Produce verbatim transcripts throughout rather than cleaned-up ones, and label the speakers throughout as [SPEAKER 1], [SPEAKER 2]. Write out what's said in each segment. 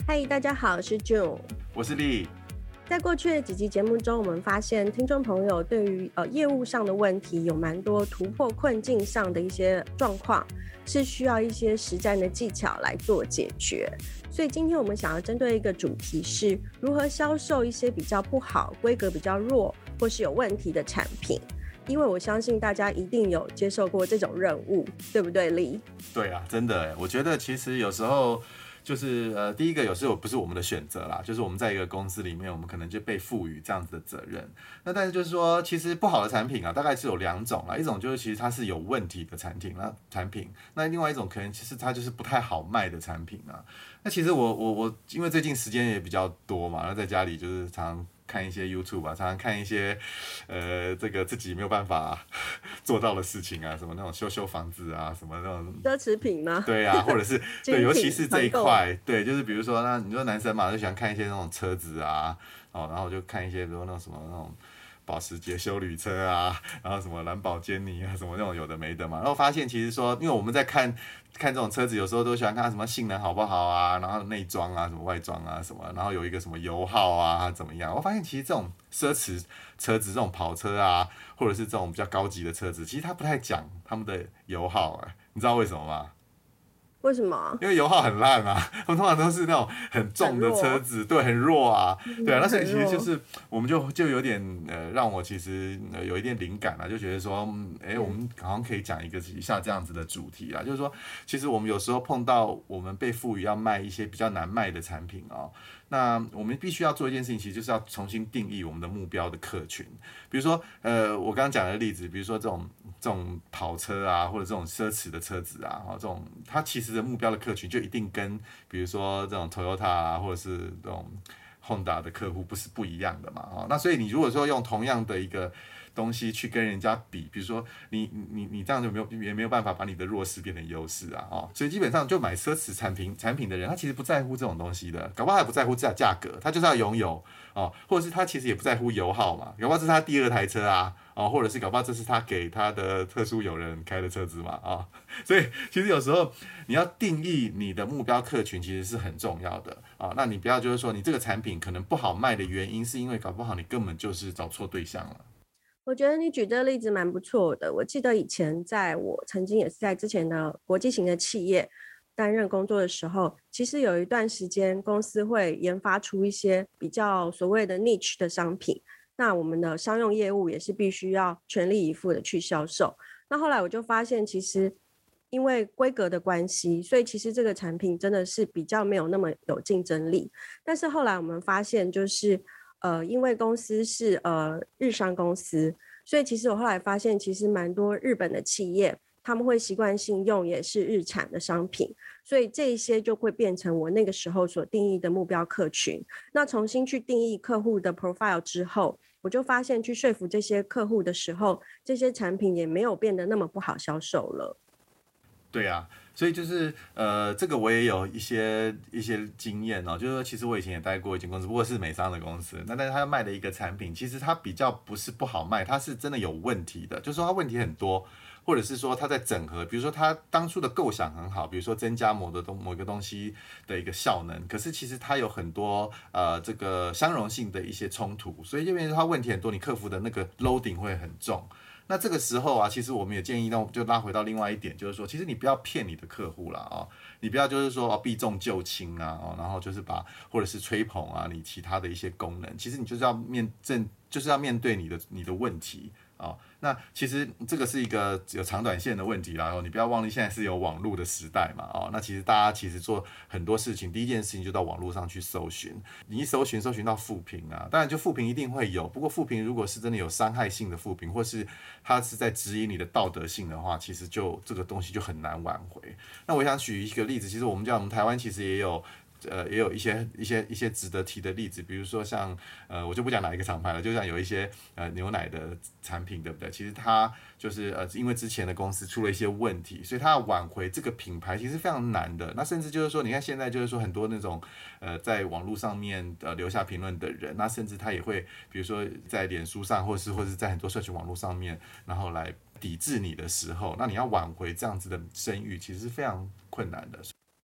[SPEAKER 1] 嗨，大家好，我是 June，
[SPEAKER 2] 我是丽。
[SPEAKER 1] 在过去的几集节目中，我们发现听众朋友对于呃业务上的问题有蛮多突破困境上的一些状况，是需要一些实战的技巧来做解决。所以今天我们想要针对一个主题是如何销售一些比较不好、规格比较弱或是有问题的产品。因为我相信大家一定有接受过这种任务，对不对，丽？
[SPEAKER 2] 对啊，真的，我觉得其实有时候就是呃，第一个有时候不是我们的选择啦，就是我们在一个公司里面，我们可能就被赋予这样子的责任。那但是就是说，其实不好的产品啊，大概是有两种啦，一种就是其实它是有问题的产品，那产品，那另外一种可能其实它就是不太好卖的产品啊。那其实我我我因为最近时间也比较多嘛，然后在家里就是常常看一些 YouTube 啊，常常看一些，呃，这个自己没有办法做到的事情啊，什么那种修修房子啊，什么那种
[SPEAKER 1] 奢侈品吗？
[SPEAKER 2] 对啊，或者是对，尤其是这一块，对，就是比如说，那你说男生嘛，就喜欢看一些那种车子啊，哦，然后我就看一些，比如那种什么那种保时捷休旅车啊，然后什么兰博基尼啊，什么那种有的没的嘛，然后发现其实说，因为我们在看看这种车子，有时候都喜欢看它什么性能好不好啊，然后内装啊，什么外装啊，什么，然后有一个什么油耗啊，怎么样？我发现其实这种奢侈车子，这种跑车啊，或者是这种比较高级的车子，其实它不太讲他们的油耗，哎，你知道为什么吗？
[SPEAKER 1] 为什么？
[SPEAKER 2] 因为油耗很烂啊，他们通常都是那种很重的车子，对，很弱啊，对啊，那所以其实就是我们就就有点呃，让我其实、呃、有一点灵感啊，就觉得说，哎、嗯，我们好像可以讲一个一下这样子的主题啊，就是说，其实我们有时候碰到我们被赋予要卖一些比较难卖的产品哦，那我们必须要做一件事情，其实就是要重新定义我们的目标的客群，比如说呃，我刚刚讲的例子，比如说这种这种跑车啊，或者这种奢侈的车子啊，这种它其实的目标的客群就一定跟比如说这种 Toyota 啊，或者是这种 Honda 的客户不是不一样的嘛，那所以你如果说用同样的一个东西去跟人家比，比如说你你你这样就没有也没有办法把你的弱势变成优势啊，哦，所以基本上就买奢侈产品产品的人，他其实不在乎这种东西的，搞不好还不在乎价价格，他就是要拥有哦，或者是他其实也不在乎油耗嘛，搞不好这是他第二台车啊，哦，或者是搞不好这是他给他的特殊友人开的车子嘛，啊、哦，所以其实有时候你要定义你的目标客群其实是很重要的啊、哦，那你不要就是说你这个产品可能不好卖的原因是因为搞不好你根本就是找错对象了。
[SPEAKER 1] 我觉得你举这个例子蛮不错的。我记得以前在我曾经也是在之前的国际型的企业担任工作的时候，其实有一段时间公司会研发出一些比较所谓的 niche 的商品，那我们的商用业务也是必须要全力以赴的去销售。那后来我就发现，其实因为规格的关系，所以其实这个产品真的是比较没有那么有竞争力。但是后来我们发现，就是呃，因为公司是呃日商公司，所以其实我后来发现，其实蛮多日本的企业，他们会习惯性用也是日产的商品，所以这一些就会变成我那个时候所定义的目标客群。那重新去定义客户的 profile 之后，我就发现去说服这些客户的时候，这些产品也没有变得那么不好销售了。
[SPEAKER 2] 对啊，所以就是呃，这个我也有一些一些经验哦，就是说其实我以前也待过一间公司，不过是美商的公司，那但是他卖的一个产品，其实它比较不是不好卖，它是真的有问题的，就是说它问题很多，或者是说它在整合，比如说它当初的构想很好，比如说增加某的东某一个东西的一个效能，可是其实它有很多呃这个相容性的一些冲突，所以就变成它问题很多，你克服的那个 loading 会很重。那这个时候啊，其实我们也建议，那就拉回到另外一点，就是说，其实你不要骗你的客户啦啊、哦，你不要就是说哦避重就轻啊哦，然后就是把或者是吹捧啊你其他的一些功能，其实你就是要面正，就是要面对你的你的问题。哦，那其实这个是一个有长短线的问题啦，然后你不要忘记现在是有网络的时代嘛，哦，那其实大家其实做很多事情，第一件事情就到网络上去搜寻，你一搜寻搜寻到负评啊，当然就负评一定会有，不过负评如果是真的有伤害性的负评，或是它是在质疑你的道德性的话，其实就这个东西就很难挽回。那我想举一个例子，其实我们讲我们台湾其实也有。呃，也有一些一些一些值得提的例子，比如说像呃，我就不讲哪一个厂牌了，就像有一些呃牛奶的产品，对不对？其实它就是呃，因为之前的公司出了一些问题，所以它要挽回这个品牌，其实非常难的。那甚至就是说，你看现在就是说很多那种呃，在网络上面呃留下评论的人，那甚至他也会，比如说在脸书上，或是或是在很多社群网络上面，然后来抵制你的时候，那你要挽回这样子的声誉，其实是非常困难的。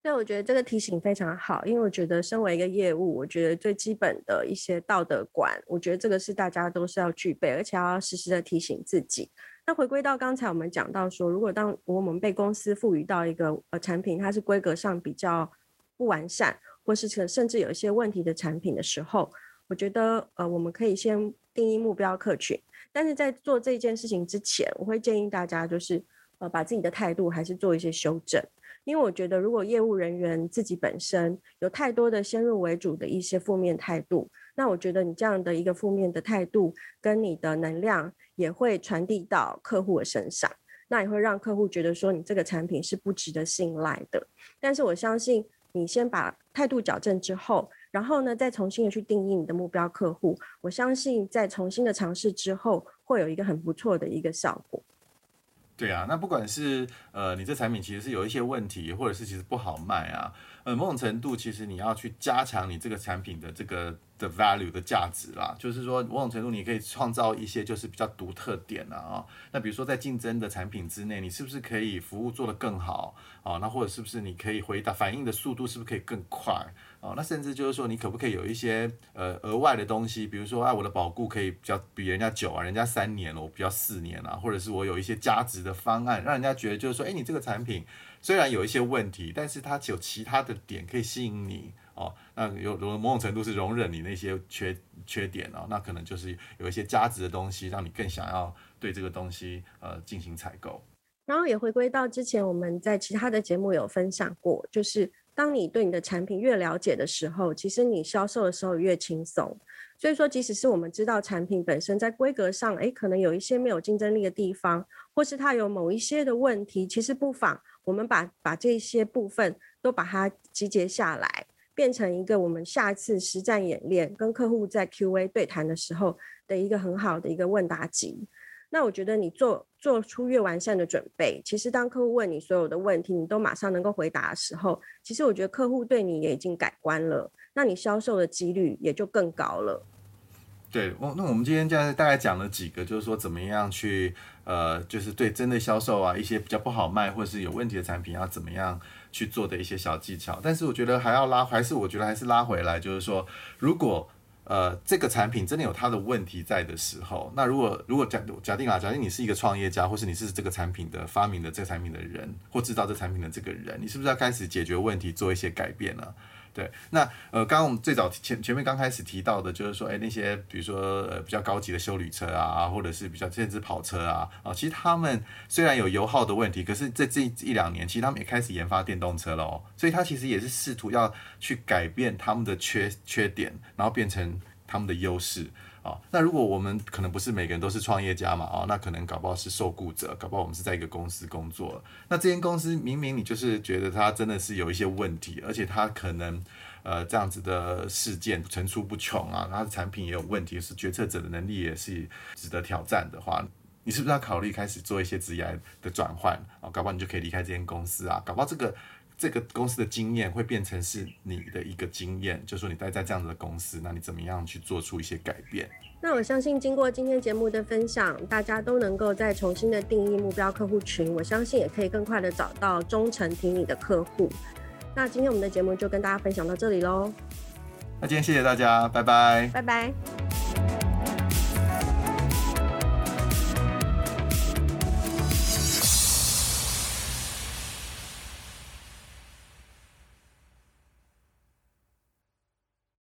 [SPEAKER 1] 对，我觉得这个提醒非常好，因为我觉得身为一个业务，我觉得最基本的一些道德观，我觉得这个是大家都是要具备，而且要时时的提醒自己。那回归到刚才我们讲到说，如果当我们被公司赋予到一个呃产品，它是规格上比较不完善，或是甚至有一些问题的产品的时候，我觉得呃我们可以先定义目标客群，但是在做这件事情之前，我会建议大家就是呃把自己的态度还是做一些修正。因为我觉得如果业务人员自己本身有太多的先入为主的一些负面态度，那我觉得你这样的一个负面的态度跟你的能量也会传递到客户的身上，那也会让客户觉得说你这个产品是不值得信赖的。但是我相信你先把态度矫正之后，然后呢再重新的去定义你的目标客户，我相信在重新的尝试之后会有一个很不错的一个效果。
[SPEAKER 2] 对啊，那不管是呃你这产品其实是有一些问题，或者是其实不好卖啊，呃某种程度其实你要去加强你这个产品的这个的 value 的价值啦，就是说某种程度你可以创造一些就是比较独特点啊、哦，那比如说在竞争的产品之内，你是不是可以服务做得更好啊、哦？那或者是不是你可以回答反应的速度是不是可以更快啊、哦？那甚至就是说你可不可以有一些呃额外的东西，比如说啊我的保固可以比较比人家久啊，人家三年了我比较四年啊，或者是我有一些价值的方案，让人家觉得就是说，哎你这个产品虽然有一些问题，但是它有其他的点可以吸引你。哦，那有某种程度是容忍你那些缺缺点哦，那可能就是有一些价值的东西，让你更想要对这个东西呃进行采购。
[SPEAKER 1] 然后也回归到之前我们在其他的节目有分享过，就是当你对你的产品越了解的时候，其实你销售的时候越轻松。所以说即使是我们知道产品本身在规格上诶可能有一些没有竞争力的地方，或是它有某一些的问题，其实不妨我们把把这些部分都把它集结下来，变成一个我们下一次实战演练跟客户在 Q A 对谈的时候的一个很好的一个问答集。那我觉得你做做出越完善的准备，其实当客户问你所有的问题你都马上能够回答的时候，其实我觉得客户对你也已经改观了，那你销售的几率也就更高了。
[SPEAKER 2] 对，那我们今天这样大概讲了几个，就是说怎么样去呃，就是对针对销售啊一些比较不好卖或是有问题的产品要怎么样去做的一些小技巧。但是我觉得还要拉，还是我觉得还是拉回来，就是说如果呃这个产品真的有它的问题在的时候，那如果如果假假定啊，假定你是一个创业家，或是你是这个产品的发明的这个产品的人，或制造这产品的这个人，你是不是要开始解决问题，做一些改变呢？对，那呃，刚刚我们最早前前面刚开始提到的，就是说，哎，那些比如说呃比较高级的休旅车啊，或者是比较甚至跑车啊，啊，其实他们虽然有油耗的问题，可是在这一两年，其实他们也开始研发电动车了哦，所以他其实也是试图要去改变他们的缺缺点，然后变成他们的优势。哦，那如果我们可能不是每个人都是创业家嘛，哦，那可能搞不好是受雇者，搞不好我们是在一个公司工作，那这间公司明明你就是觉得它真的是有一些问题，而且它可能呃这样子的事件层出不穷啊，它的产品也有问题，是决策者的能力也是值得挑战的话，你是不是要考虑开始做一些职业的转换啊？搞不好你就可以离开这间公司啊，搞不好这个。这个公司的经验会变成是你的一个经验，就是说你待在这样的公司，那你怎么样去做出一些改变？
[SPEAKER 1] 那我相信经过今天节目的分享，大家都能够再重新的定义目标客户群，我相信也可以更快的找到忠诚听你的客户。那今天我们的节目就跟大家分享到这里咯。
[SPEAKER 2] 那今天谢谢大家，拜拜，
[SPEAKER 1] 拜拜。